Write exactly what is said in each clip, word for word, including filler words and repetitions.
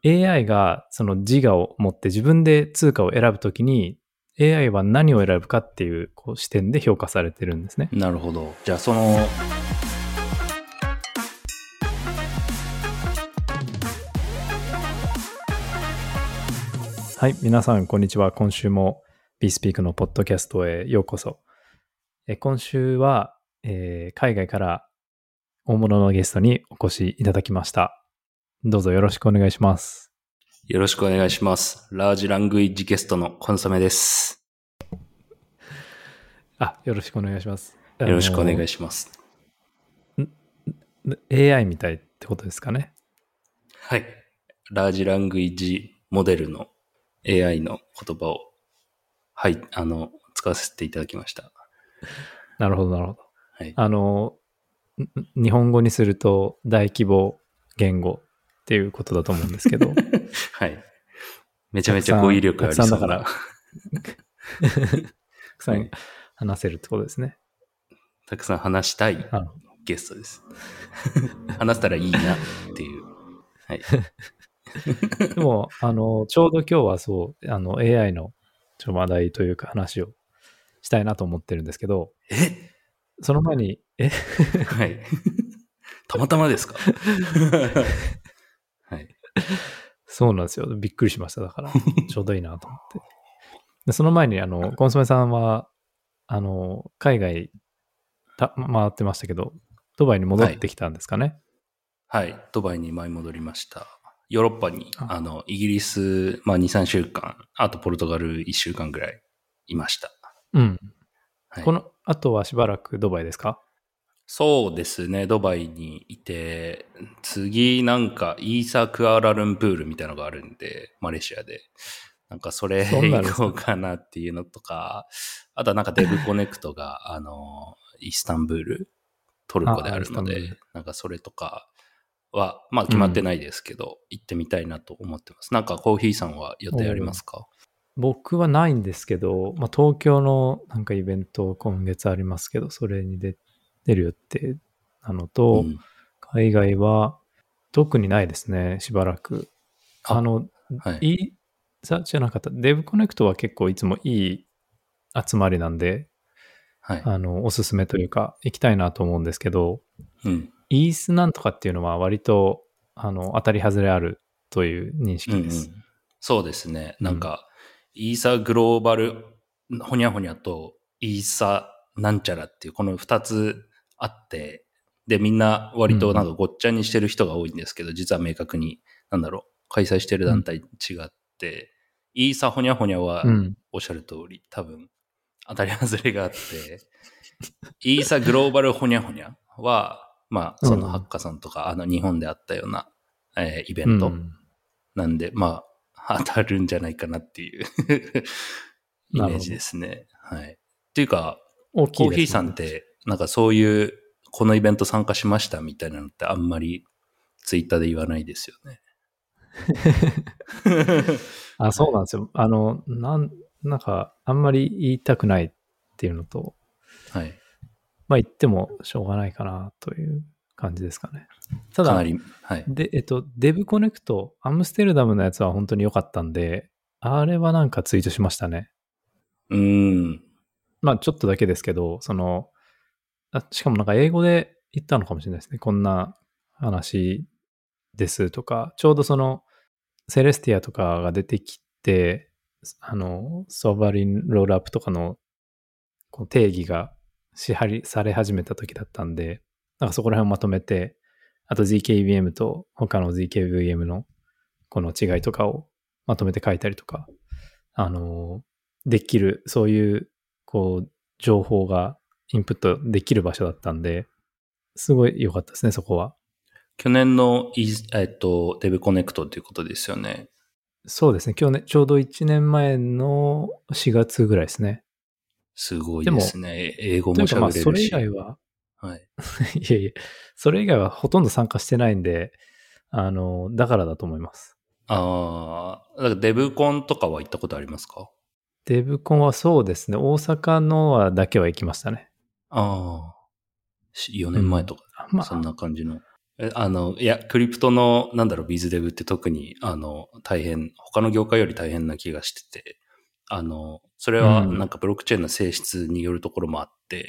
エーアイ がその自我を持って自分で通貨を選ぶときに エーアイ は何を選ぶかっていう、こう視点で評価されてるんですね。 なるほど。じゃあそのはい、皆さんこんにちは。今週も BeSpeak のポッドキャストへようこそ。え今週は、えー海外から大物のゲストにお越しいただきました。どうぞよろしくお願いします。 よろしくお願いします。ラージラングイッジゲストのコンソメです。 あ、よろしくお願いします。 よろしくお願いします。 エーアイ みたいってことですかね。 はい。ラージラングイッジモデルの エーアイ の言葉を、はい、あの、使わせていただきました。 なるほど、なるほど。 はい。 あの、日本語にすると大規模言語っていうことだと思うんですけど。 はい。めちゃめちゃ語彙力ありそうな。 たくさんだから。たくさん話せるってことですね。 たくさん話したいゲストです。話せたらいいなっていう。はい。 でも、あの、ちょうど今日はそう、あの、エーアイ のちょ話題というか話をしたいなと思ってるんですけど、 えその前に、えはい。たまたまですかはい。 そうなんですよ。びっくりしました。だから、ちょうどいいなと思って。でその前に、あの、コンソメさんは、あの、海外た回ってましたけど、ドバイに戻ってきたんですかね。 はい。はい、ドバイに舞い戻りました。ヨーロッパに、 ああの、イギリス、まあ、に、さんしゅうかん、あとポルトガルいっしゅうかんぐらいいました。 うん。 はい、 この後はしばらくドバイですか？ そうですね。ドバイにいて、次なんかイーサクアラルンプールみたいなのがあるんで、マレーシアで。なんかそれ行こうかなっていうのとか、あとはなんかデブコネクトが、あの、イスタンブール、トルコであるので、なんかそれとかは、まあ決まってないですけど、うん、行ってみたいなと思ってます。なんかコーヒーさんは予定ありますか？ 僕はないんですけど、まあ、東京のなんかイベント今月ありますけど、それに出、出る予定なのと、うん、海外は特にないですね、しばらく。あ, あの、はい、いい、じゃなかった。デブコネクトは結構いつもいい集まりなんで、はい、あの、おすすめというか、行きたいなと思うんですけど、うん、イースなんとかっていうのは割と、あの、当たり外れあるという認識です。 うんうん、そうですね。なんか、うん、イーサグローバルほにゃほにゃとイーサなんちゃらっていうこの二つあって、で、みんな割となんかごっちゃにしてる人が多いんですけど、うん、実は明確に、なんだろう、開催してる団体違って、うん、イーサほにゃほにゃはおっしゃる通り、多分当たり外れがあって、イーサグローバルほにゃほにゃは、まあ、そのハッカさんとか、あの日本であったような、えー、イベント、うん、なんで、まあ、当たるんじゃないかなっていうイメージですね。はい。っていうか、 大きいですね、 コーヒーさんって、なんかそういう、このイベント参加しましたみたいなのってあんまりツイッターで言わないですよね。 あ、そうなんですよ。あの、なん、なんか、あんまり言いたくないっていうのと、 はい。 まあ言ってもしょうがないかなという感じですかね。ただ、 かなり、はい。 で、えっと、デブコネクト、アムステルダムのやつは本当に良かったんで、あれはなんかツイートしましたね。 うーん。 まあちょっとだけですけど、その、あしかもなんか英語で言ったのかもしれないですね。こんな話ですとか、ちょうどその、セレスティアとかが出てきて、あの、ソーバリンロールアップとかのこう定義が支配され始めた時だったんで、なんかそこら辺をまとめて、あと ゼッケービーエム と他の ゼッケービーエム のこの違いとかをまとめて書いたりとか、あの、できる、そういう、こう、情報がインプットできる場所だったんで、すごい良かったですね、そこは。 去年の、えっと、デブコネクトということですよね。 そうですね、今日ね、ちょうどいちねんまえのしがつぐらいですね。 すごいですね。英語も喋れるし。 というかまあ、それ以外は、 はい。 いやいや、それ以外はほとんど参加してないんで、あの、だからだと思います。 ああ、だからデブコンとかは行ったことありますか？ デブコンはそうですね、大阪のはだけは行きましたね。 ああ、よねんまえとか、うん、まあ、そんな感じの。 えあの、いや、クリプトの、なんだろう、ビズデブって特に、あの、大変、他の業界より大変な気がしてて、あの、それはなんかブロックチェーンの性質によるところもあって、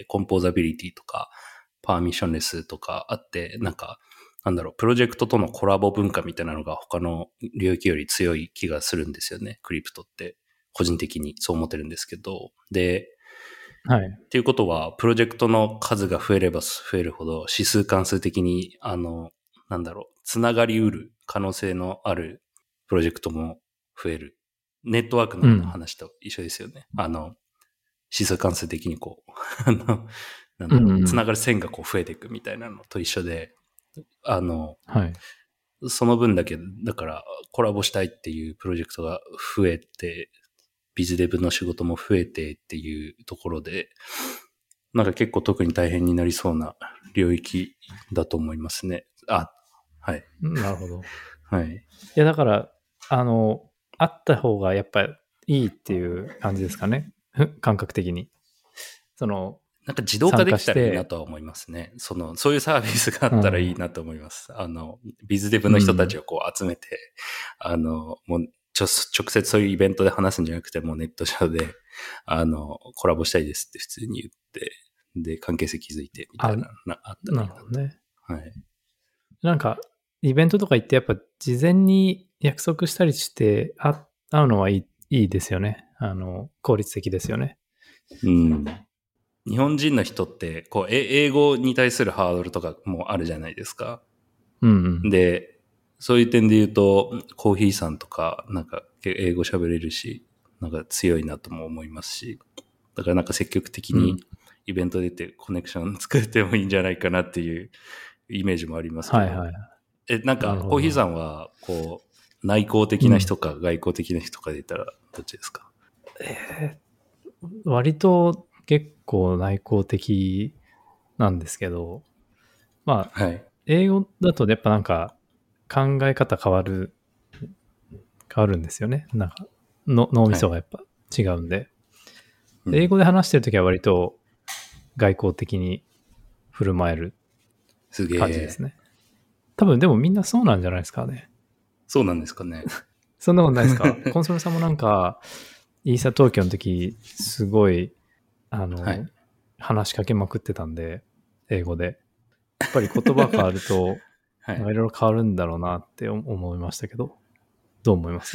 コンポーザビリティとか、パーミッションレスとかあって、なんか、なんだろう、プロジェクトとのコラボ文化みたいなのが他の領域より強い気がするんですよね、クリプトって。個人的にそう思ってるんですけど。で、 はい。 っていうことは、プロジェクトの数が増えれば増えるほど、指数関数的に、あの、なんだろう、つながりうる可能性のあるプロジェクトも増える。ネットワークの話と一緒ですよね。うん、あの、指数関数的にこう、あの、なんだろう、うんうん、つながる線がこう増えていくみたいなのと一緒で、あの、 はい、 その分だけ、だからコラボしたいっていうプロジェクトが増えて、ビズデブの仕事も増えてっていうところで、なんか結構特に大変になりそうな領域だと思いますね。あ、はい。 なるほど。 はい。いや、だから、あの、あった方がやっぱりいいっていう感じですかね。感覚的に。その、 なんか自動化できたらいいなとは思いますね。その、そういうサービスがあったらいいなと思います。うん、あの、ビズデブの人たちをこう集めて、うん、あの、もう、直接そういうイベントで話すんじゃなくて、もうネット上で、あの、コラボしたいですって普通に言って、で、関係性築いてみたいな、なあったらいいなと。 なるほどね。 はい。 なんか、イベントとか行ってやっぱ事前に約束したりして会うのはいい、いいですよね。あの、効率的ですよね。 うん。日本人の人って、こう、英語に対するハードルとかもあるじゃないですか。 うんうん。 で、そういう点で言うと、コーヒーさんとか、なんか、英語喋れるし、なんか強いなとも思いますし、だからなんか積極的にイベント出てコネクション作ってもいいんじゃないかなっていうイメージもありますけど。 はいはい。 え、なんか、コーヒーさんは、こう、内向的な人か外向的な人かで言ったら、どっちですか？ うん、えー、割と結構内向的なんですけど、まあ、はい、英語だとやっぱなんか考え方変わる、変わるんですよね。なんかの脳みそがやっぱ違うんで、はい、英語で話してるときは割と外交的に振る舞える感じですね。多分でもみんなそうなんじゃないですかね。 そうなんですかね。 そんなことないですか？コンソメさんもなんか、イーサ東京の時、すごい、あの、はい、話しかけまくってたんで、英語で。やっぱり言葉変わると、はい、いろいろ変わるんだろうなって思いましたけど、どう思います？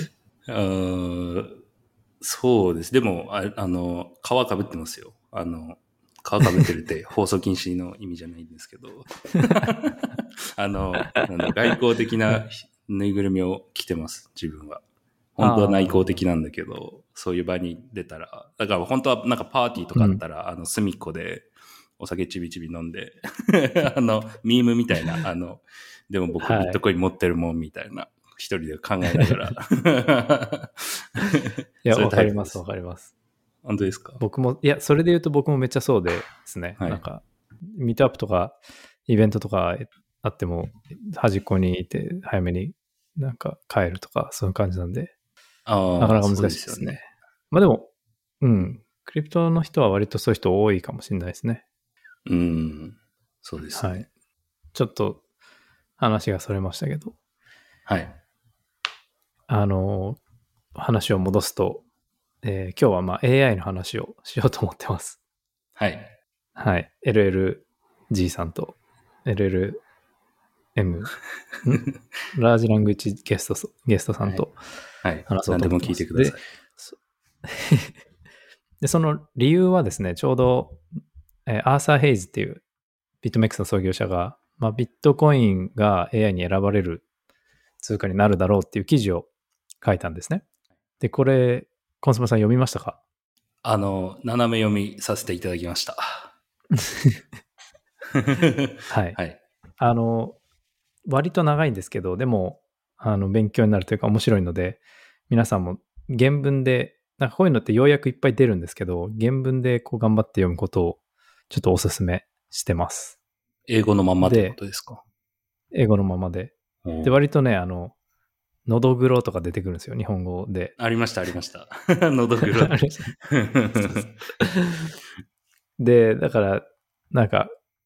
そうです。でも、あ, あの、皮かぶってますよ。あの、皮かぶってるって放送禁止の意味じゃないんですけど。あの、なんだ外交的なぬいぐるみを着てます、自分は。本当は内向的なんだけど、そういう場に出たら、だから本当はなんかパーティーとかあったら、うん、あの、隅っこでお酒ちびちび飲んで、あの、ミームみたいな、あの、でも僕ビットコイン持ってるもんみたいな、はい、一人で考えながら。 いや、わかります、わかります。 本当ですか？ 僕も、いや、それで言うと僕もめっちゃそうですね。はい、なんか、ミートアップとか、イベントとかあっても、端っこにいて、早めになんか帰るとか、そういう感じなんで、なかなか難しいですね。すねまあでも、うん、クリプトの人は割とそういう人多いかもしれないですね。 うん、そうですね。はい。 ちょっと話がそれましたけど。 はい。 あの、話を戻すと、えー、今日はまあ エーアイ の話をしようと思ってます。 はい。 はい。エルエルジー さんと エルエルエム ラージラングイッジゲスト、ゲストさんと話そうと思ってます。はいはい、何でも聞いてください。で、でその理由はですね、ちょうど、えー、アーサー・ヘイズっていうビットメックスの創業者が、まあ、ビットコインが エーアイ に選ばれる通貨になるだろうっていう記事を書いたんですね。で、これ、コンソメさん読みましたか？ あの、斜め読みさせていただきました。 はい。はい。あの、割と長いんですけど、でも、あの、勉強になるというか面白いので、皆さんも原文で、なんかこういうのってようやくいっぱい出るんですけど、原文でこう頑張って読むことをちょっとお勧めしてます。 英語のままってことですか？ 英語のままで。で、割とね、あの、のどぐろとか出てくるんですよ、日本語で。 ありました、ありました。のどぐろ。 で、だから、なんか、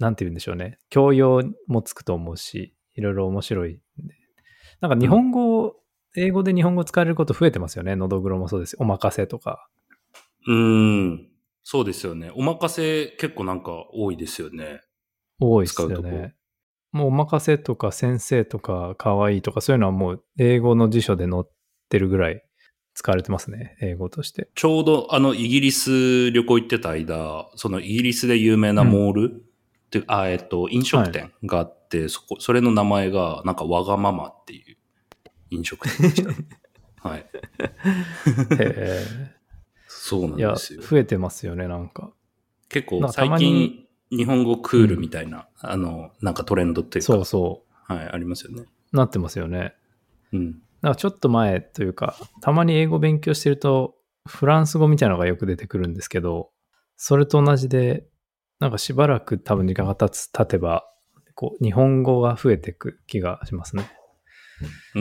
なんて言うんでしょうね。教養もつくと思うし、いろいろ面白いんで。なんか日本語、うん、英語で日本語使われること増えてますよね。のどぐろもそうです。おまかせとか。 うーん。そうですよね。おまかせ結構なんか多いですよね。 多いですよね。もうおまかせとか先生とかかわいいとかそういうのはもう英語の辞書で載ってるぐらい使われてますね。英語として。 ちょうどあのイギリス旅行行ってた間、そのイギリスで有名なモール、うん、っていう、あ、えっと、飲食店があって、はい、そこ、それの名前がなんかわがままっていう飲食店でした。はい。へえ。 そうなんですよ。 いや、増えてますよね、なんか。 結構最近日本語クールみたいな、うん、あの、なんかトレンドっていうか。 そうそう。 はい、ありますよね。 なってますよね。 うん。 なんかちょっと前というか、たまに英語勉強してると、フランス語みたいなのがよく出てくるんですけど、それと同じで、なんかしばらく多分時間が経つ、経てば、こう、日本語が増えていく気がしますね。 うん。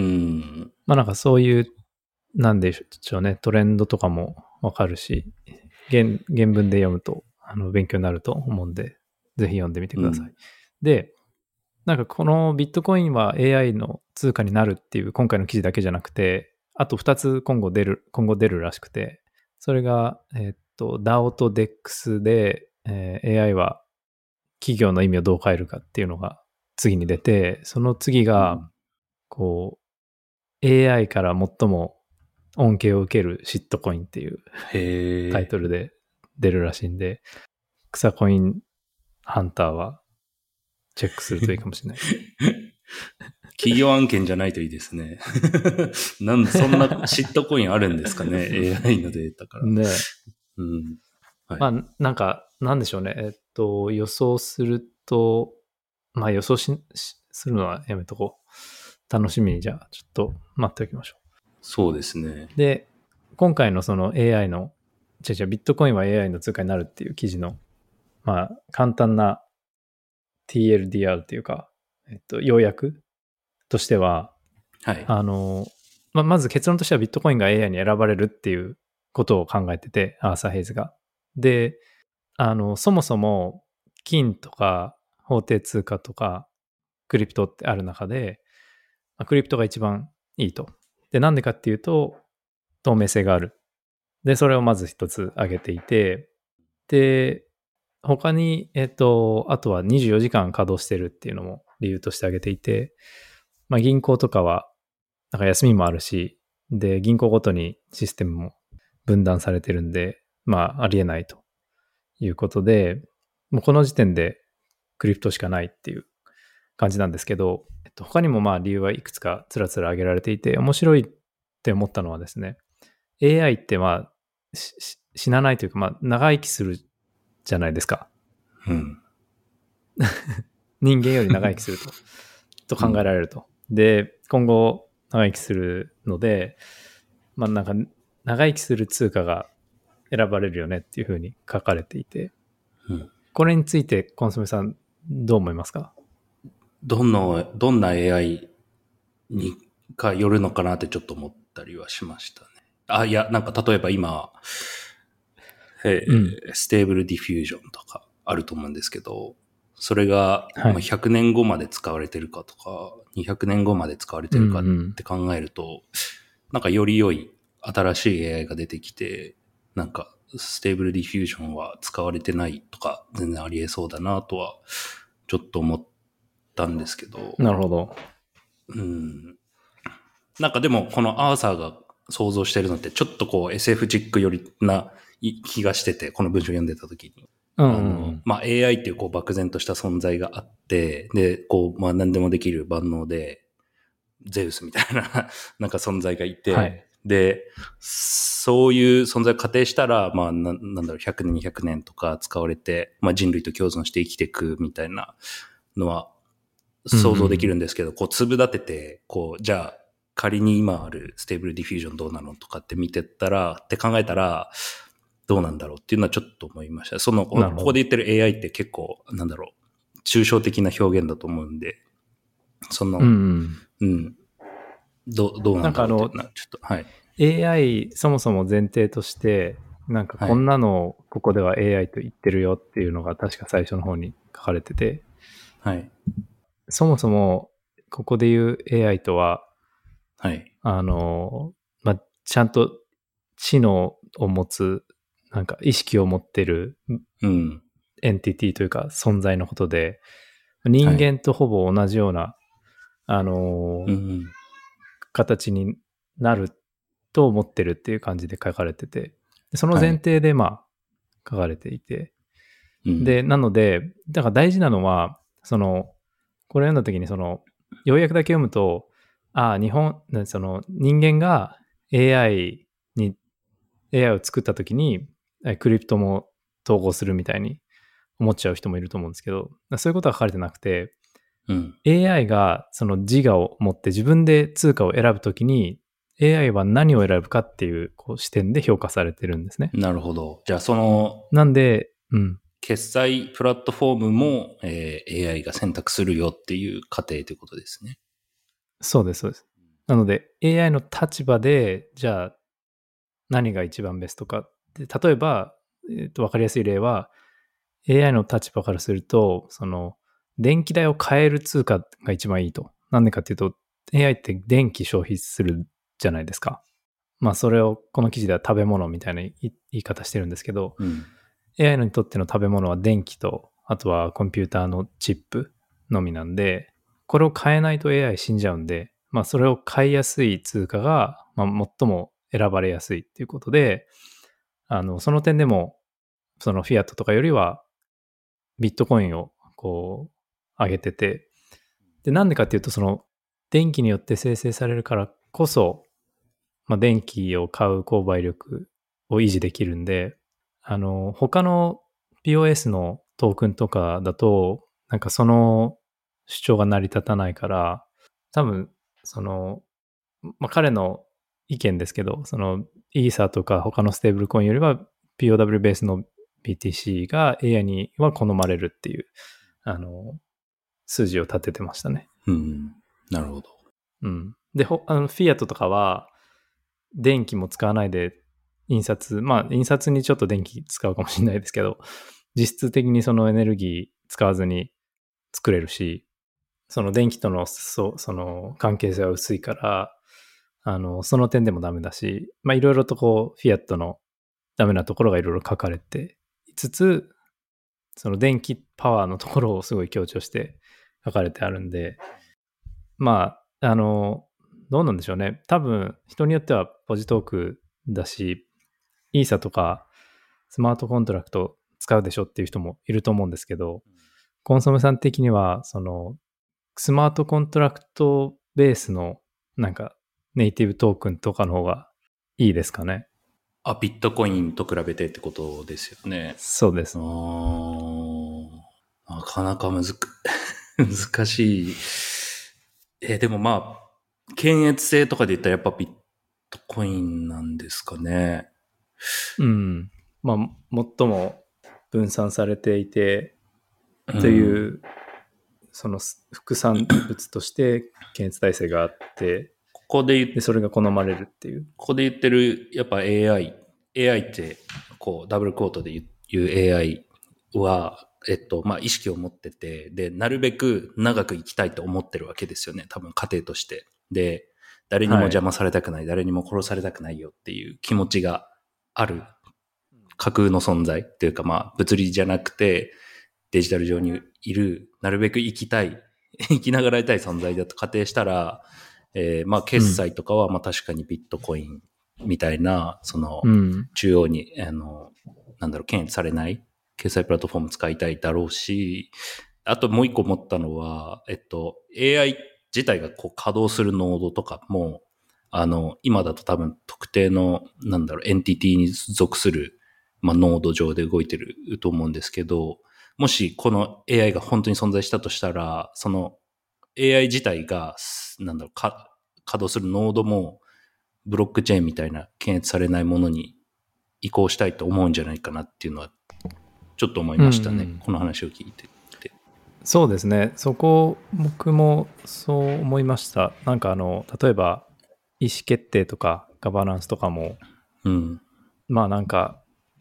まあなんかそういう、なんでしょうね、トレンドとかもわかるし、原、原文で読むと、あの、勉強になると思うんで、ぜひ読んでみてください。うん、で、なんかこのビットコインは エーアイ の通貨になるっていう今回の記事だけじゃなくて、あとふたつ今後出る、今後出るらしくて、それが、えー、っと、ダオ と デックス で、えー、エーアイ は企業の意味をどう変えるかっていうのが次に出て、その次が、こう、エーアイ から最も恩恵を受けるシットコインっていうタイトルで出るらしいんで、草コインハンターはチェックするといいかもしれない。 企業案件じゃないといいですね。なんでそんなシットコインあるんですかね。エーアイ のデータから。 ね。 うん。はい、 まあ、なんか、なんでしょうね。えっと、予想すると、まあ予想し、しするのはやめとこう。楽しみにじゃあ、ちょっと待っておきましょう。 そうですね。 で、今回のその エーアイ の、違う違う、ビットコインは エーアイ の通貨になるっていう記事の、まあ、簡単な ティーエルディーアール っていうか、えっと、要約としては、 はい。 あの、まあ、まず結論としてはビットコインが エーアイ に選ばれるっていうことを考えてて、アーサー・ヘイズが。で、あの、そもそも金とか法定通貨とかクリプトってある中で、クリプトが一番いいと。で、なんでかっていうと、透明性がある。で、それをまず一つ挙げていて、で、他に、えっと、あとはにじゅうよじかん稼働してるっていうのも理由として挙げていて、まあ銀行とかは、なんか休みもあるし、で、銀行ごとにシステムも分断されてるんで、まあありえないということで、もうこの時点でクリプトしかないっていう感じなんですけど、えっと、他にもまあ理由はいくつかつらつら挙げられていて、面白いって思ったのはですね、エーアイ ってまあ死なないというか、まあ長生きするじゃないですか。 うん、 人間より長生きするとと考えられると。うん、で、今後長生きするので、まあなんか長生きする通貨が選ばれるよねっていうふうに書かれていて、うん、これについてコンソメさんどう思いますか？ どんな、どんな エーアイ にかよるのかなってちょっと思ったりはしましたね。あ、いや、なんか例えば今、えーうん、ステーブルディフュージョンとかあると思うんですけど、それがひゃくねんごまで使われてるかとか、にひゃくねんごまで使われてるかって考えると、うんうん、なんかより良い新しい エーアイ が出てきて、なんかステーブルディフュージョンは使われてないとか全然ありえそうだなとはちょっと思ったんですけど。 なるほど。 うん。なんかでもこのアーサーが想像してるのってちょっとこう エスエフ チック寄りな気がしてて、この文章読んでた時に。うんうんうん、あの、まあ、エーアイ っていうこう漠然とした存在があって、で、こう、まあ何でもできる万能で、ゼウスみたいな、なんか存在がいて、はい、で、そういう存在を仮定したら、まあな、なんだろう、ひゃくねん、にひゃくねんとか使われて、まあ人類と共存して生きていくみたいなのは想像できるんですけど、うんうん、こう粒立てて、こう、じゃあ仮に今あるステーブルディフュージョンどうなのとかって見てったら、って考えたら、どうなんだろうっていうのはちょっと思いました。その、ここで言ってる エーアイ って結構、なんだろう、抽象的な表現だと思うんで、その、うん、うん、ど, どうなんだろうっていうのは、ちょっと、はい。 エーアイ そもそも前提として、 なんかはい。 こんなのをここでは エーアイ と言ってるよっていうのが確か最初の方に書かれてて、 はい。 そもそもここで言う エーアイ とは、 はい。 あの、まあ、ちゃんと知能を持つ、なんか意識を持ってるうん。 エンティティというか存在のことで、人はい。 間とほぼ同じような、あの、 うん。 形になると思ってるっていう感じで書かれてて、その前はい。 提でまあ書かれていて、 うん。 で、なので、だから大事なのは、その、これ読んだ時にその、要約だけ読むと、ああ、日本、その人間が エーアイ に、エーアイ を作った時に、クリプトも統合するみたいに思っちゃう人もいると思うんですけど、そういうことは書かれてなくて、 うん。 エーアイ がその自我を持って自分で通貨を選ぶときに エーアイ は何を選ぶかっていうこう視点で評価されてるんですね。 なるほど。じゃあ、その、 なんで、うん。 決済プラットフォームも、えー エーアイ が選択するよっていう過程ということですね。 そうです、そうです。なので エーアイ の立場で、じゃあ何が一番ベストかって、例えば、えーと、わかりやすい例は、エーアイ の立場からすると、その、電気代を変える通貨が一番いいと。なんでかっていうと、エーアイ って電気消費するじゃないですか。まあそれをこの記事では食べ物みたいな言い方してるんですけど、 うん。 エーアイ にとっての食べ物は電気と、あとはコンピューターのチップのみなんで、これを変えないと エーアイ 死んじゃうんで、まあそれを買いやすい通貨が、まあ、最も選ばれやすいっていうことで、あの、その点でも、そのフィアットとかよりはビットコインをこう上げてて、で、なんでかっていうと、その電気によって生成されるからこそ、まあ、電気を買う購買力を維持できるんで、あの、他の ピーオーエス のトークンとかだと、なんかその主張が成り立たないから、多分、その、まあ、彼の意見ですけど、その、イーサーとか他のステーブルコインよりは ピーオーダブリュー ベースの ビーティーシー が エーアイ には好まれるっていう、あの、数字を立ててましたね。 うん。なるほど。 うん。で、ほあのフィアットとかは、電気も使わないで印刷、まあ印刷にちょっと電気使うかもしれないですけど、実質的にそのエネルギー使わずに作れるし、その電気とのそその関係性は薄いから、あの、その点でもダメだし、まあいろいろとこう、フィアットのダメなところがいろいろ書かれていつつ、その電気パワーのところをすごい強調して書かれてあるんで、まあ、あの、どうなんでしょうね。多分、人によってはポジトークだし、イーサとかスマートコントラクト使うでしょっていう人もいると思うんですけど、コンソメさん的には、その、スマートコントラクトベースのなんかネイティブトークンとかの方がいいですかね。 あ、ビットコインと比べてってことですよね。あそうです。 ーなかなかむずく難しい。えーでもまあ、検閲性とかで言ったらやっぱビットコインなんですかね。 うん。まあ、最も分散されていて、 うん、 という、その副産物として検閲体制があって、 ここで言で、それが好まれるっていう。 ここで言ってる、やっぱ エーアイ。エーアイ って、こう、ダブルコートで言う エーアイ は、えっと、まあ、意識を持ってて、で、なるべく長く生きたいと思ってるわけですよね。多分、家庭として。で、誰にも邪魔されたくない、はい、誰にも殺されたくないよっていう気持ちがある架空の存在っていうか、まあ、物理じゃなくて、デジタル上にいる、なるべく生きたい、生きながらいたい存在だと仮定したら、えー、まあ、決済とかは、まあ、確かにビットコインみたいな、その、中央に、あの、なんだろう、検閲されない決済プラットフォーム使いたいだろうし、あともう一個思ったのは、えっと、エーアイ 自体がこう稼働するノードとかも、あの、今だと多分特定の、なんだろう、エンティティに属する、まあ、ノード上で動いてると思うんですけど、もしこの エーアイ が本当に存在したとしたら、その エーアイ 自体が、なんだろう、か稼働するノードもブロックチェーンみたいな検閲されないものに移行したいと思うんじゃないかなっていうのはちょっと思いましたね。うんうん、この話を聞いてて。 そうですね。そこ僕もそう思いました。なんかあの例えば意思決定とかガバナンスとかも、 うん、 まあなんか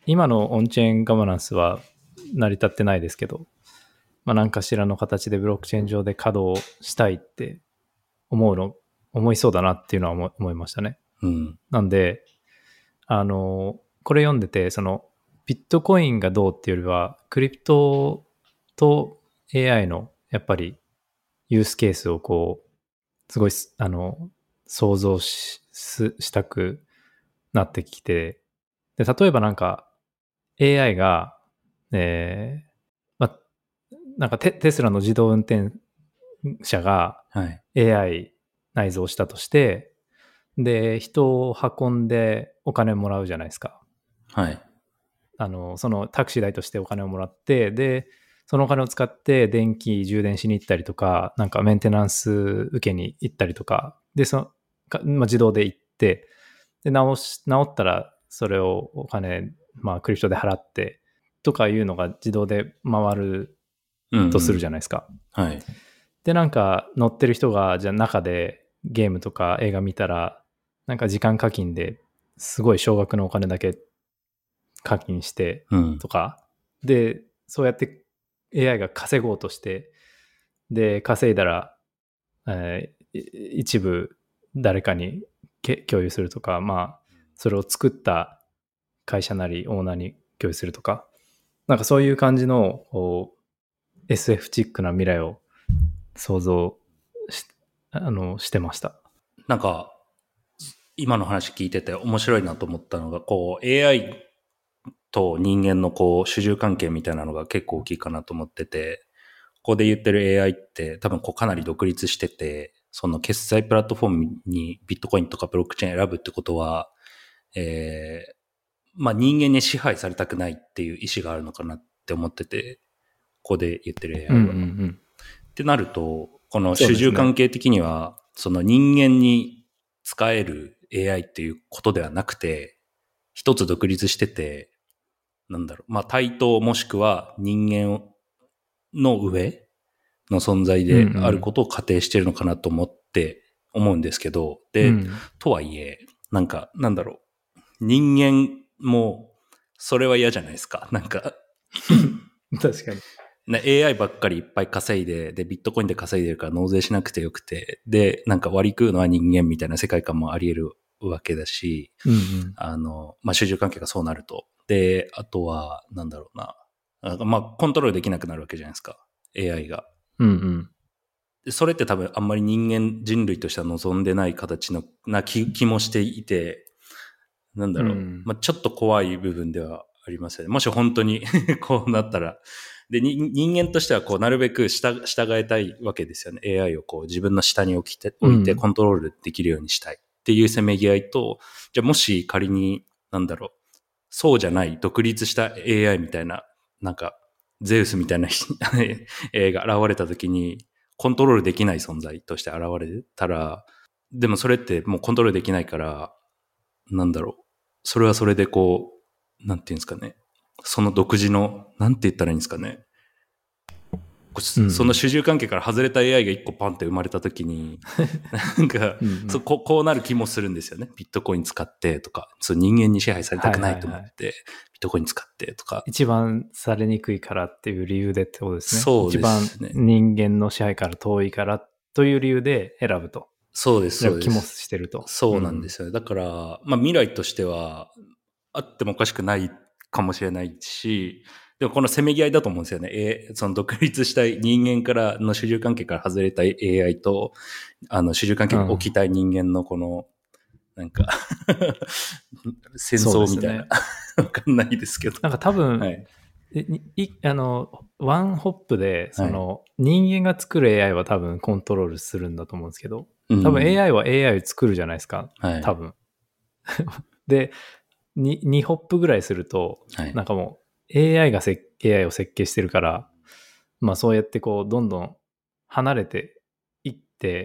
今のオンチェーンガバナンスは成り立ってないですけど、まあ、何かしらの形でブロックチェーン上で稼働したいって思うの、思いそうだなっていうのは思思いましたね。 うん。 なんで、あの、これ読んでて、その、ビットコインがどうっていうよりは、クリプトと エーアイ のやっぱりユースケースをこう、すごい、あの、想像 し, したくなってきて、で、例えばなんか エーアイ が、えー、ま、なんか テ, テスラの自動運転車が エーアイ 内蔵したとして、はい、で、人を運んでお金もらうじゃないですか。 はい。 あの、そのタクシー代としてお金をもらって、で、そのお金を使って電気充電しに行ったりとか、なんかメンテナンス受けに行ったりとか、で、その、まあ、自動で行って、で、直し、直ったらそれをお金、まあ、クリプトで払って、とかいうのが自動で回るとするじゃないですか。 うんうん、はい。 で、なんか乗ってる人が、じゃあ中でゲームとか映画見たら、なんか時間課金ですごい少額のお金だけ課金してとか、うん、で、そうやって エーアイ が稼ごうとして、で、稼いだら、えー、一部誰かに共有するとか、まあ、それを作った会社なりオーナーに共有するとか、なんかそういう感じの エスエフ チックな未来を想像 し, あのしてました。 なんか、今の話聞いてて面白いなと思ったのが、こう エーアイ と人間のこう主従関係みたいなのが結構大きいかなと思ってて、ここで言ってる エーアイ って多分こうかなり独立してて、その決済プラットフォームにビットコインとかブロックチェーン選ぶってことは、えー、まあ人間に支配されたくないっていう意思があるのかなって思ってて、ここで言ってる エーアイ は。うんうんうん、ってなると、この主従関係的には、その人間に使える エーアイ っていうことではなくて、一つ独立してて、なんだろう、まあ対等もしくは人間の上の存在であることを仮定してるのかなと思って思うんですけど、で、うん、とはいえ、なんか、なんだろう、人間もそれは嫌じゃないですか。なんか確かに。 エーアイ ばっかりいっぱい稼いで、で、ビットコインで稼いでるから納税しなくてよくて、で、なんか割り食うのは人間みたいな世界観もあり得るわけだし、 うんうん、 あの、まあ、主従関係がそうなると。で、あとは、なんだろうな。まあ、コントロールできなくなるわけじゃないですか。エーアイ が。 うんうん。 でそれって多分あんまり人間、人類としては望んでない形のな 気, 気もしていて、なんだろう。うん、まあ、ちょっと怖い部分ではありますよね。もし本当にこうなったら。で、人間としてはこう、なるべく従えたいわけですよね。エーアイ をこう、自分の下に置きて、置いてコントロールできるようにしたいっていうせめぎ合いと、じゃあもし仮に、なんだろう、そうじゃない独立した エーアイ みたいな、なんか、ゼウスみたいな絵が現れた時に、コントロールできない存在として現れたら、でもそれってもうコントロールできないから、なんだろう、それはそれでこう、なんていうんですかね、その独自の、なんて言ったらいいんですかね。うん、その主従関係から外れた エーアイ が一個パンって生まれたときに、なんかうん、そこ、こうなる気もするんですよね。ビットコイン使ってとか、そう人間に支配されたくないと思って、はいはいはい、ビットコイン使ってとか。 一番されにくいからっていう理由でってことですね。 そうですね。 一番人間の支配から遠いからという理由で選ぶと。 そうです、そうです。 気もしてると。 そうなんですよね。うん、だから、まあ未来としては、あってもおかしくないかもしれないし、でもこのせめぎ合いだと思うんですよね。え、その独立したい人間からの主従関係から外れたい エーアイ と、あの主従関係に置きたい人間のこの、うん、なんか戦争みたいな。わ、ね、かんないですけど。 なんか多分、はい、いあの、ワンホップで、その、はい、人間が作る エーアイ は多分コントロールするんだと思うんですけど、多分 エーアイ は エーアイ を作るじゃないですか。うん、多分。はい、で、に、にホップぐらいすると、はい、なんかもう エーアイ がせ エーアイ を設計してるから、まあそうやってこうどんどん離れていって、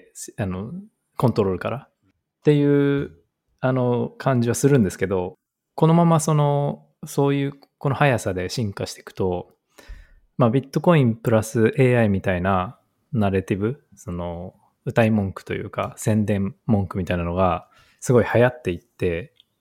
あの、コントロールからっていうあの感じはするんですけど、このままその、そういうこの速さで進化していくと、まあビットコインプラス エーアイ みたいなナレティブ、その歌い文句というか宣伝文句みたいなのがすごい流行っていって、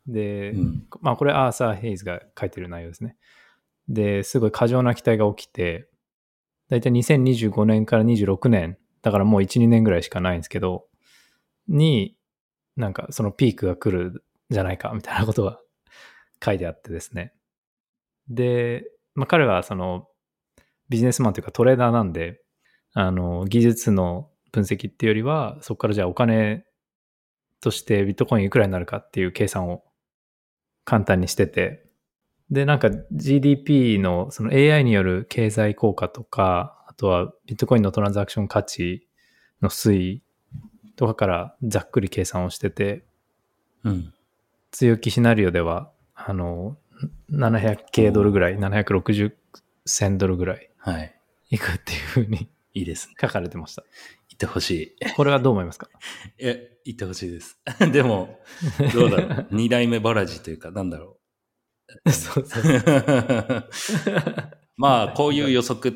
で、 うん。 まあこれアーサー・ヘイズが書いてる内容ですね。で、すごい過剰な期待が起きて、だいたいにせんにじゅうごねんからにじゅうろくねん、だからもういち、にねんぐらいしかないんですけど、に、なんかそのピークが来るんじゃないかみたいなことが書いてあってですね。で、まあ彼はそのビジネスマンというかトレーダーなんで、あの、技術の分析っていうよりは、そこからじゃあお金としてビットコインいくらになるかっていう計算を簡単にしてて、で、なんか ジーディーピー のその エーアイ による経済効果とか、あとはビットコインのトランザクション価値の推移とかからざっくり計算をしてて、 うん。 強気シナリオでは、あの、ななひゃくケードルぐらい、ななひゃくろくじゅうせんドルぐらいはい。 いくっていうふうにいいですね。 書かれてました。 言ってほしい。 これはどう思いますか？ え、言ってほしいです。でも、どうだろう。二代目バラジというか、なんだろそうそう。 う。まあ、こういう予測って、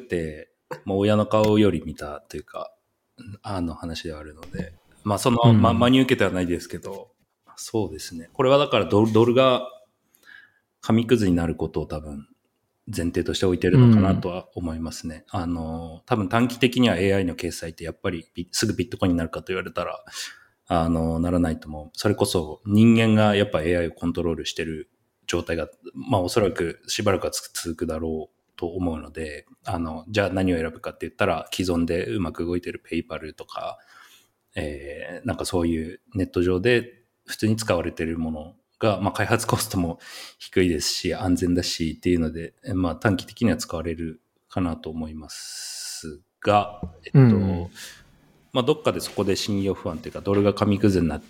もう親の顔より見たというか、あの話ではあるので、まあ、その、ま、 うん真に受けてはないですけど、そうですね。これはだからドル、ドルが紙くずになることを多分、前提として置いてるのかなとは思いますね。うん、あの、多分短期的には エーアイ の決済ってやっぱりすぐビットコインになるかと言われたら、あの、ならないと思う。それこそ人間がやっぱ エーアイ をコントロールしてる状態が、まあおそらくしばらくは続くだろうと思うので、あの、じゃあ何を選ぶかって言ったら既存でうまく動いてるペイパルとか、えー、なんかそういうネット上で普通に使われているものが、まあ開発コストも低いですし、安全だしっていうので、まあ短期的には使われるかなと思いますが、えっと、うんまあどっかでそこで信用不安っていうか、ドルが紙くずになって、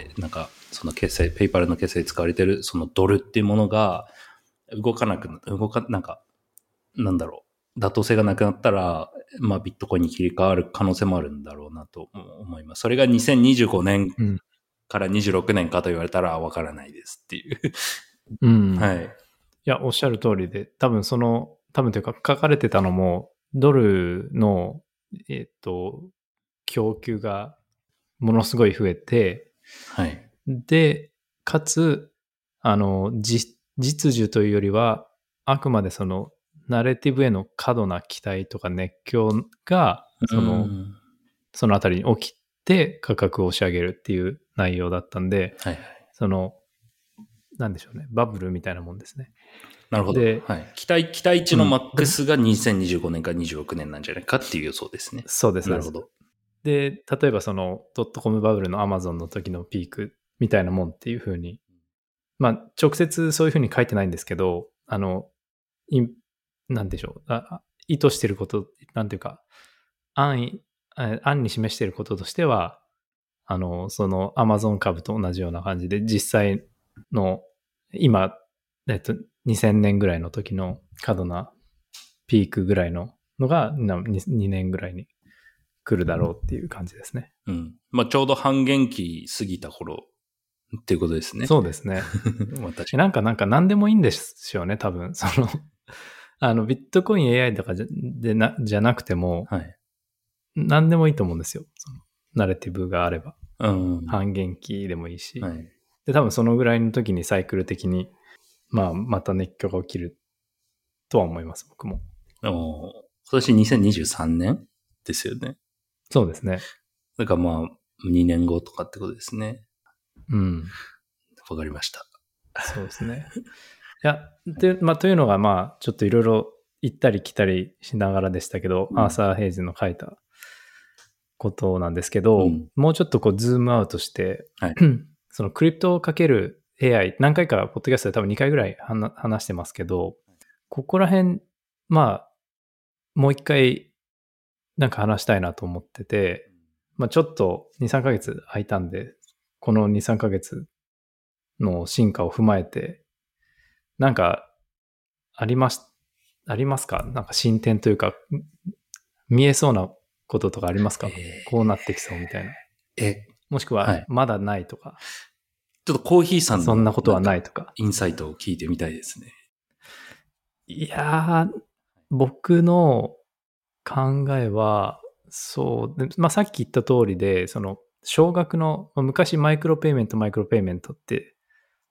なんかその決済、ペイパルの決済で使われてるそのドルっていうものが動かなくな、動か、なんか、なんだろう。妥当性がなくなったら、まあビットコインに切り替わる可能性もあるんだろうなと思います。それがにせんにじゅうごねんからにじゅうろくねんかと言われたらわからないですっていう。 うん。 はい。 いや、おっしゃる通りで、多分その、多分というか書かれてたのも、ドルの、えっと、供給がものすごい増えて、 はい。 で、かつ、あの、実、実需というよりは、あくまでその、ナレティブへの過度な期待とか熱狂が、その、そのあたりに起きて価格を押し上げるっていう内容だったんで、 はいはい、 その、なんでしょうね、バブルみたいなもんですね。 なるほど。 で、 はい。期待、期待値のマックスがにせんにじゅうごねんからにじゅうろくねんなんじゃないかっていう予想ですね。 そうです。 なるほど。 で、例えばそのドットコムバブルのアマゾンの時のピークみたいなもんっていう風に、まあ直接そういう風に書いてないんですけど、あの、なんでしょう、あ意図してること、なんていうか、案、案に示していることとしては、あの、そのアマゾン株と同じような感じで、実際の今、えっと、にせんねんぐらいの時の過度なピークぐらいののが 2, にねんぐらいに来るだろうっていう感じですね。 うん。まあちょうど半減期過ぎた頃っていうことですね。 そうですね。なんかなんか何でもいいんですよね、多分。その、あの、ビットコイン エーアイ とかじゃでなじゃなくても、はい、何でもいいと思うんですよ。そのナレティブがあれば。うん、半減期でもいいし、はい。で、多分そのぐらいの時にサイクル的に、まあ、また熱狂が起きるとは思います、僕も。 お今年にせんにじゅうさんねんですよね。 そうですね。 だからまあ、にねんごとかってことですね。 うん。 わかりました。 そうですね。いや、で、まあ、というのが、まあ、ちょっといろいろ行ったり来たりしながらでしたけど、うん、アーサー・ヘイズの書いたことなんですけど、うん、もうちょっとこう、ズームアウトして、はい、そのクリプトをかける エーアイ、何回か、ポッドキャストで多分にかいぐらい話してますけど、ここら辺、まあ、もう一回、なんか話したいなと思ってて、まあちょっとに、さんかげつ空いたんで、このに、さんかげつの進化を踏まえて、なんか、あります、ありますか？なんか進展というか、見えそうなこととかありますか？えー、こうなってきそうみたいな。え、もしくは、まだないとか、はい。 ちょっとコーヒーさんのそんなことはないとか。 インサイトを聞いてみたいですね。 いやー、僕の考えは、そう、まあ、さっき言った通りで、その、少額の、昔マイクロペイメント、マイクロペイメントって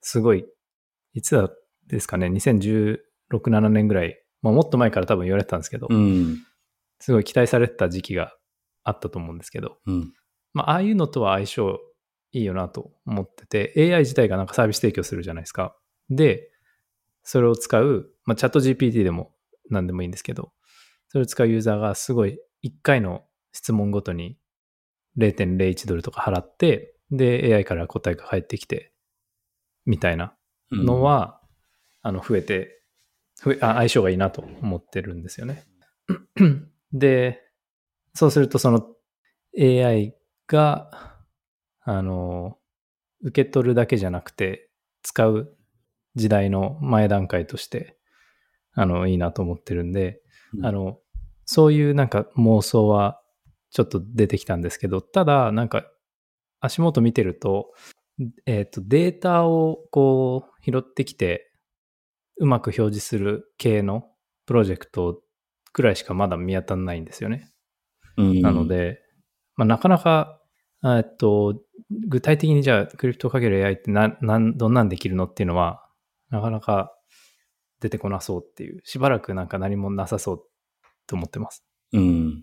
すごい、いつだですかね、にせんじゅうろく、ななねんぐらい、まあ、もっと前から多分言われてたんですけど、 うん。 すごい期待されてた時期があったと思うんですけど、 うん。 まあ、ああいうのとは相性いいよなと思ってて、エーアイ 自体がなんかサービス提供するじゃないですか。で、それを使う、まあ、チャット ジーピーティー でも何でもいいんですけど、それを使うユーザーがすごいいっかいの質問ごとに れいてんれいいち ドルとか払って、で、エーアイ から答えが返ってきて、みたいなのは、うん、あの、増えて、増えあ、相性がいいなと思ってるんですよね。で、そうするとその エーアイ が、あの、受け取るだけじゃなくて、使う時代の前段階として、あの、いいなと思ってるんで、うん、あの、そういうなんか妄想はちょっと出てきたんですけど、ただ、なんか、足元見てると、えっと、データをこう、拾ってきて、うまく表示する系のプロジェクトくらいしかまだ見当たらないんですよね。うん、なので、まあ、なかなか、えっと、具体的にじゃあ、クリプトかける エーアイ ってな、なん、どんなんできるのっていうのは、なかなか出てこなそうっていう、しばらくなんか何もなさそうと思ってます。 うん。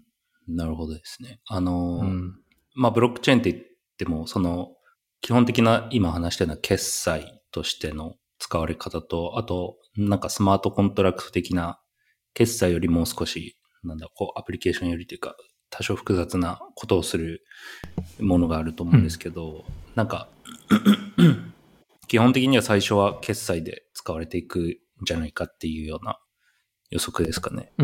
なるほどですね。あの、うん、まあ、ブロックチェーンって言っても、その、基本的な今話したような決済としての使われ方と、あと、なんかスマートコントラクト的な決済よりもう少し、なんだ、こう、アプリケーションよりというか、多少複雑なことをするものがあると思うんですけど、うん、なんか、基本的には最初は決済で使われていくんじゃないかっていうような予測ですかね。 うんうん。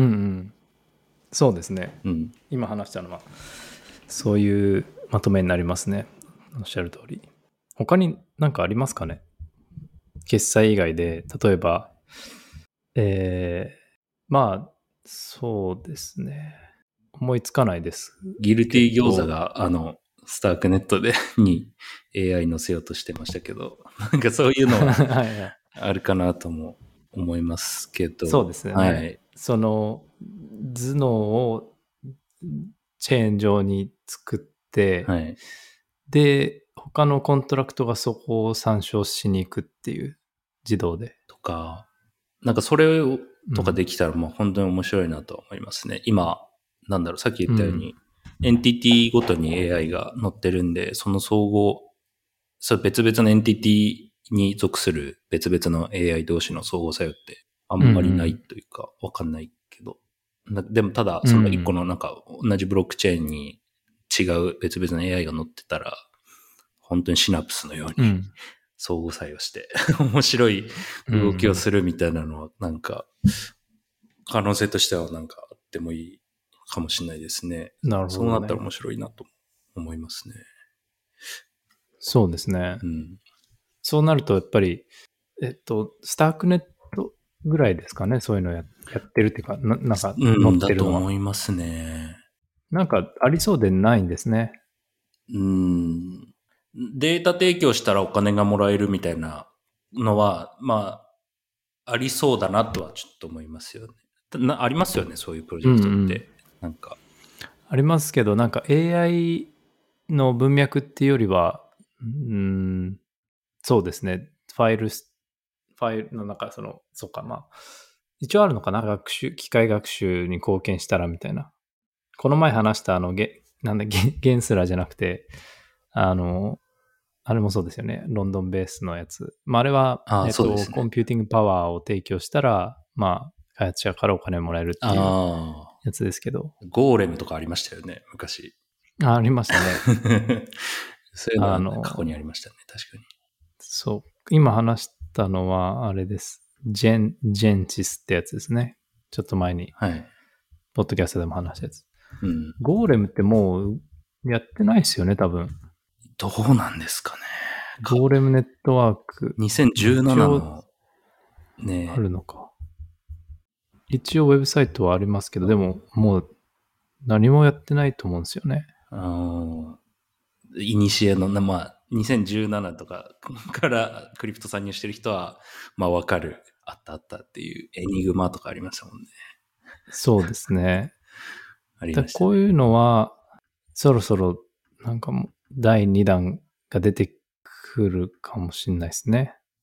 そうですね。 うん、 今話したのは、そういうまとめになりますね。おっしゃる通り。他に何かありますかね？決済以外で、例えば、えー、まあ、そうですね。思いつかないです。 ギルティ餃子が、あの、スタークネットでに エーアイ 載せようとしてましたけど、なんかそういうのはあるかなとも思いますけど。 そうですよね。はい、その頭脳をチェーン上に作って、はい、で、他のコントラクトがそこを参照しに行くっていう、自動で。 とか、なんかそれをとかできたらもう本当に面白いなと思いますね。うん、今、なんだろう、さっき言ったように、うん、エンティティごとに エーアイ が載ってるんで、その総合、それ別々のエンティティに属する別々の エーアイ 同士の相互作用ってあんまりないというかわかんないけど、うんうん、でもただその一個のなんか同じブロックチェーンに違う別々の エーアイ が載ってたら、本当にシナプスのように相互作用して、うん、面白い動きをするみたいなのはなんか可能性としてはなんかあってもいいかもしれないですね。なるほどね。そうなったら面白いなと思いますね。 そうですね。うん、そうなるとやっぱり、えっと、スタークネットぐらいですかね、そういうのややってるっていうか、ななんか載ってるのは。うん、だと思いますね。 なんかありそうでないんですね。 うん。データ提供したらお金がもらえるみたいなのは、まあ、ありそうだなとはちょっと思いますよね。なありますよね、そういうプロジェクトって。うんうん、なんか。 ありますけど、なんか エーアイ の文脈っていうよりは、うん、そうですね。ファイル、ファイルの中、その、そうか、まあ、一応あるのかな、学習、機械学習に貢献したらみたいな。この前話したあの、ゲ、なんだ、ゲ、ゲンスラじゃなくて、あの、あれもそうですよね。ロンドンベースのやつ。まあ、あれは、 あえっと、ね、コンピューティングパワーを提供したら、まあ、開発者からお金もらえるっていうやつですけど。 ゴーレムとかありましたよね、昔。 あ、ありましたね。 そういうのは、ね、過去にありましたね、確かに。 そう。今話したのは、あれです。ジェン、ジェンチスってやつですね。ちょっと前に。はい。ポッドキャストでも話したやつ。うん。ゴーレムってもうやってないですよね、多分。 どうなんですかね。 ゴーレムネットワーク。 にせんじゅうななのね。 あるのか。一応ウェブサイトはありますけど、でももう何もやってないと思うんですよね。 ああ。いにしえの、まあ、にせんじゅうななとかからクリプト参入してる人は、まあわかる。あったあったっていうエニグマとかありましたもんね。 そうですね。 ありましたね。 こういうのは、そろそろなんかもうだいにだんが出てくるかもしれないですね。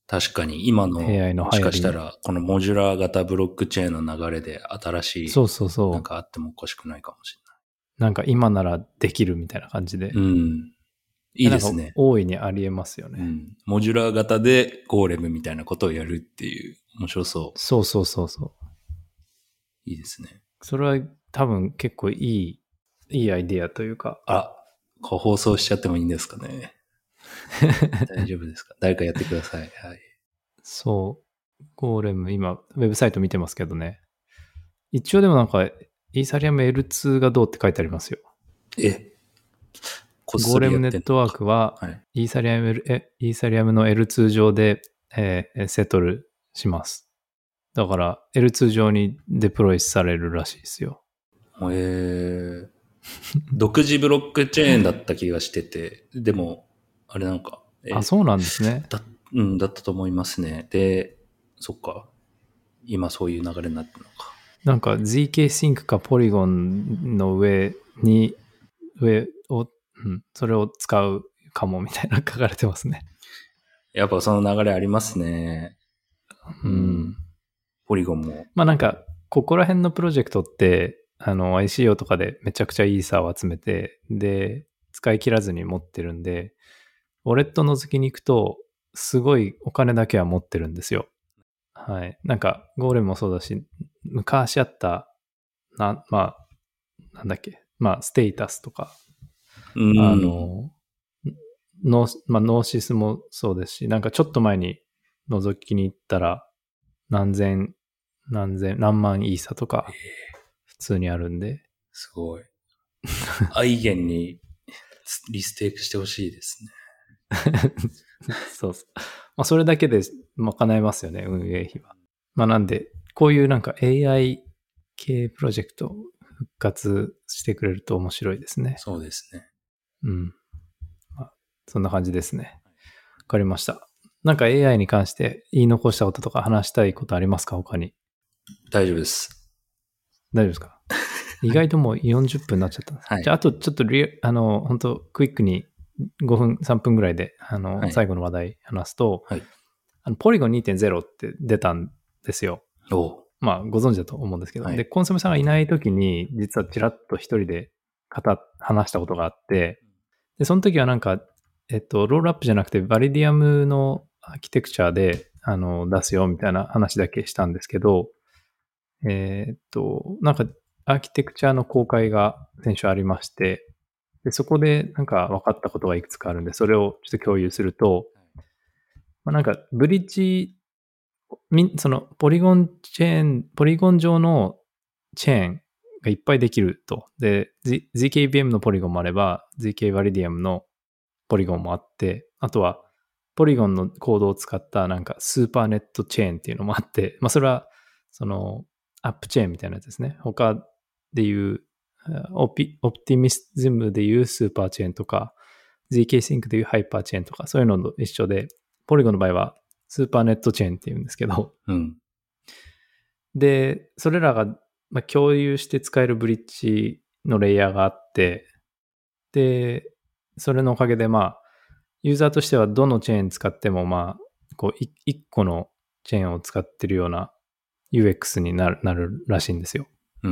確かに今の、 エーアイ のも流行りしかしたら、このモジュラー型ブロックチェーンの流れで新しい、 そうそうそう。 なんかあってもおかしくないかもしなんか今ならできるみたいな感じで。 れない。うん。いいですね。 大いにありえますよね。 うん。モジュラー型でゴーレムみたいなことをやるっていう、面白そう。 そうそうそうそう。 いいですね。 それは多分結構いい、いいアイディアというか。 あ、こう放送しちゃってもいいんですかね。大丈夫ですか？誰かやってください。はい。 そう。ゴーレム、今、ウェブサイト見てますけどね。一応でもなんか、イーサリアム エルツー がどうって書いてありますよ。 え、こっゴーレムネットワークは、 はい、 イーサリアム、え、イーサリアムの エルツー 上で、えー、セトルします。だから エルツー 上にデプロイされるらしいですよ。 えー、独自ブロックチェーンだった気がしてて、でも、あれなんか、 えー、あ、そうなんですね。 だ、うん、だったと思いますね。で、そっか。今そういう流れになってるのか。 なんか ゼーケー シンクかポリゴンの上に、上を、うん、それを使うかもみたいな書かれてますね。 やっぱその流れありますね。 うん。うん、 ポリゴンも。 まあなんか、ここら辺のプロジェクトって、あの アイシーオー とかでめちゃくちゃイーサーを集めて、で、使い切らずに持ってるんで、ウォレット覗きに行くと、すごいお金だけは持ってるんですよ。はい。なんか、ゴーレムもそうだし、昔あった、な、まあ、なんだっけ、まあ、ステータスとか、 うん、 あの、ノー、まあ、ノーシスもそうですし、なんかちょっと前に覗きに行ったら、何千、何千、何万イーサとか、普通にあるんで。 すごい。アイゲンにリステークしてほしいですね。 そうそう。まあ、それだけで賄えますよね、運営費は。まあ、なんで、こういうなんか エーアイ 系プロジェクト復活してくれると面白いですね。 そうですね。 うん。まあ、そんな感じですね。わかりました。なんか エーアイ に関して言い残したこととか話したいことありますか？他に。 大丈夫です。 大丈夫ですか？意外ともうよんじゅっぷんになっちゃったんです。はい、じゃあ、あとちょっとリあの、本当クイックにごふん、さんぷんぐらいで、あの、はい、最後の話題話すと、はい、あのポリゴン にてんゼロ って出たんですよ。 おまあ、ご存知だと思うんですけど、 はい、 で、コンソメさんがいない時に、実はちらっと一人で語話したことがあって、で、その時はなんか、えっと、ロールアップじゃなくて、バリディアムのアーキテクチャで、あの、出すよ、みたいな話だけしたんですけど、えー、っと、なんか、アーキテクチャの公開が先週ありまして、でそこでなんか分かったことがいくつかあるんで、それをちょっと共有すると、まあ、なんか、ブリッジ、その、ポリゴンチェーン、ポリゴン上のチェーンがいっぱいできると。で、ゼーケービーエム のポリゴンもあれば、ゼーケー バリディアムのポリゴンもあって、あとは、ポリゴンのコードを使ったなんかスーパーネットチェーンっていうのもあって、まあそれは、その、アップチェーンみたいなやつですね。他でいう、オピ、オプティミズムでいうスーパーチェーンとか、ゼーケー シンクでいうハイパーチェーンとか、そういうのと一緒で、ポリゴンの場合はスーパーネットチェーンっていうんですけど、 うん、 で、それらがまあ共有して使えるブリッジのレイヤーがあって、で、それのおかげでまあ、ユーザーとしてはどのチェーン使ってもまあ、こう、一個のチェーンを使ってるような ユーエックス になる、なるらしいんですよ。 うん。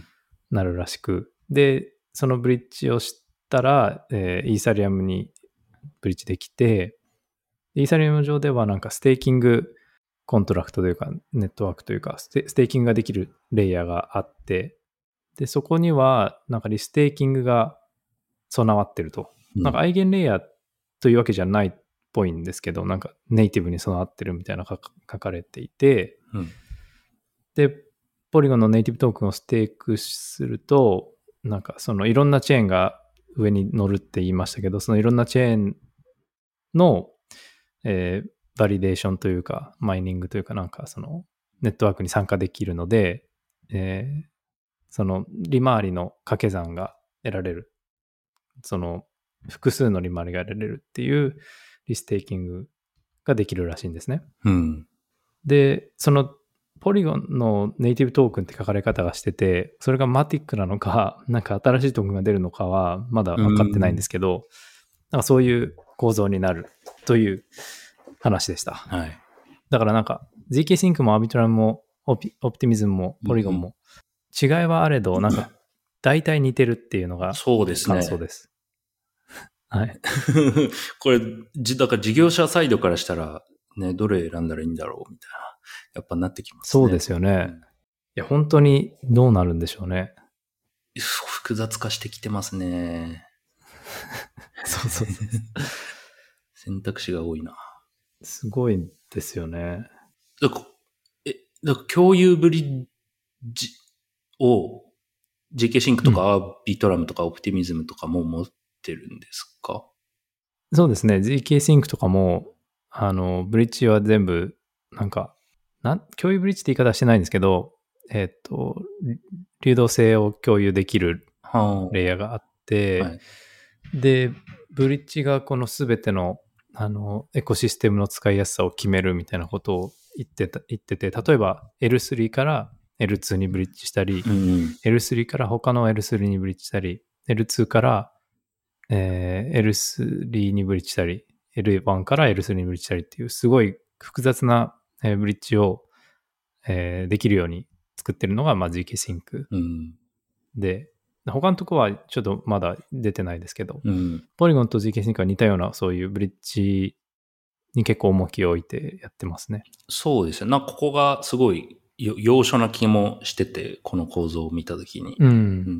なるらしく。で、そのブリッジをしたら、えー、イーサリアムにブリッジできて、イーサリアム上ではなんかステーキングコントラクトというか、ネットワークというか、ステーキングができるレイヤーがあって、で、そこにはなんかリステーキングが備わってると。うん、なんかアイゲンレイヤーというわけじゃないっぽいんですけど、なんかネイティブに備わってるみたいな書かれていて、 うん、 で、ポリゴンのネイティブトークンをステークすると、なんかそのいろんなチェーンが上に乗るって言いましたけど、そのいろんなチェーンの、えー、バリデーションというか、マイニングというかなんかそのネットワークに参加できるので、えー、その利回りの掛け算が得られる。その複数の利回りが得られるっていうリステーキングができるらしいんですね。 うん、 で、そのポリゴンのネイティブトークンって書かれ方がしてて、それがマティックなのか、なんか新しいトークンが出るのかはまだ分かってないんですけど、なんかそういう構造になるという話でした。 はい。 だからなんか ジーケー シンクもアービトラムもオプオプティミズムもポリゴンも違いはあれど、なんか大体似てるっていうのがそうですね。 感想です。はい。 これ、じ、だから事業者サイドからしたら、ね、どれ選んだらいいんだろうみたいな、やっぱなってきますね。 そうですよね。うん、いや、本当にどうなるんでしょうね。 複雑化してきてますね。 そうそうそう。 選択肢が多いな。 すごいですよね。 だから、え、だから共有ブリッジを ジーケー シンクとかアービトラムとかオプティミズムとかも持ってるんですか？ うん、そうですね。ジーケー シンクとかも、あの、ブリッジは全部、なんか、なん、共有ブリッジって言い方はしてないんですけど、えっと、流動性を共有できるレイヤーがあって、はい、で、ブリッジがこのすべての、あの、エコシステムの使いやすさを決めるみたいなことを言ってた、言ってて、例えば エルスリー から エルツー にブリッジしたり、うん、エルスリー から他の エルスリー にブリッジしたり、エルツー から、えー、エルスリー にブリッジしたり、エルワン から エルスリー にブリッジしたりっていうすごい複雑な、えー、ブリッジを、えー、できるように作ってるのが、まあ、ジーケー シンク、うん、で、他のとこはちょっとまだ出てないですけど、うん、ポリゴンと ジーケー シンクは似たようなそういうブリッジに結構重きを置いてやってますね。 そうですね。なんかここがすごい要所な気もしてて、この構造を見たときに、うんうん、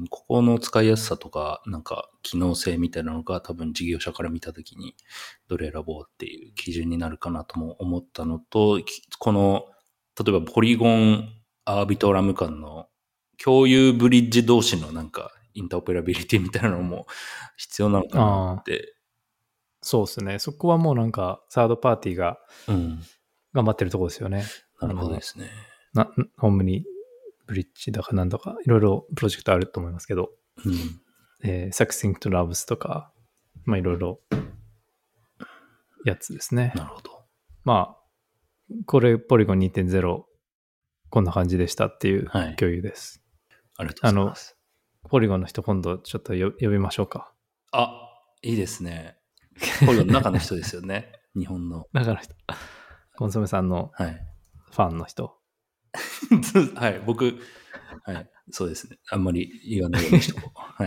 ここの使いやすさとか、なんか機能性みたいなのが多分事業者から見たときにどれ選ぼうっていう基準になるかなとも思ったのと、この例えばポリゴンアービトラム間の共有ブリッジ同士のなんかインターオペラビリティみたいなのも必要なのかなって。 そうですね。そこはもうなんかサードパーティーが頑張ってるところですよね。 うん、なるほどですね。 な、ホームにブリッジだかなんだかいろいろプロジェクトあると思いますけど、うんえー、サクシンクトラブスとか、まあいろいろやつですね。 なるほど。 まあ、これポリゴン にてんゼロ こんな感じでしたっていう共有です。 はい、ありがとうございます。 あの、ポリゴンの人今度ちょっと呼びましょうか。 あ、いいですね。ポリゴンの中の人ですよね。日本の。 中の人。コンソメさんのファンの人。 はい、僕、はい、そうですね。あんまり言わないようにしとこう。はい。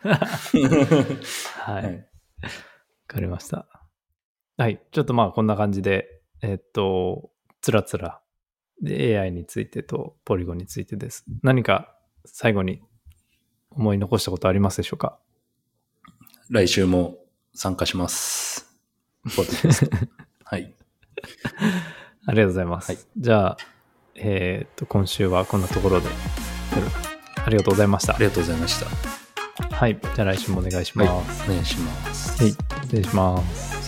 はい。わかりました。はい。ちょっとまあこんな感じで、えー、っと、つらつらで エーアイ についてとポリゴンについてです。何か最後に思い残したことありますでしょうか？ 来週も参加します。はい。 ありがとうございます。はい、じゃあ、えー、っと、今週はこんなところで、ありがとうございました。 ありがとうございました。 はい。じゃあ来週もお願いします。 はい、お願いします。 はい。失礼します。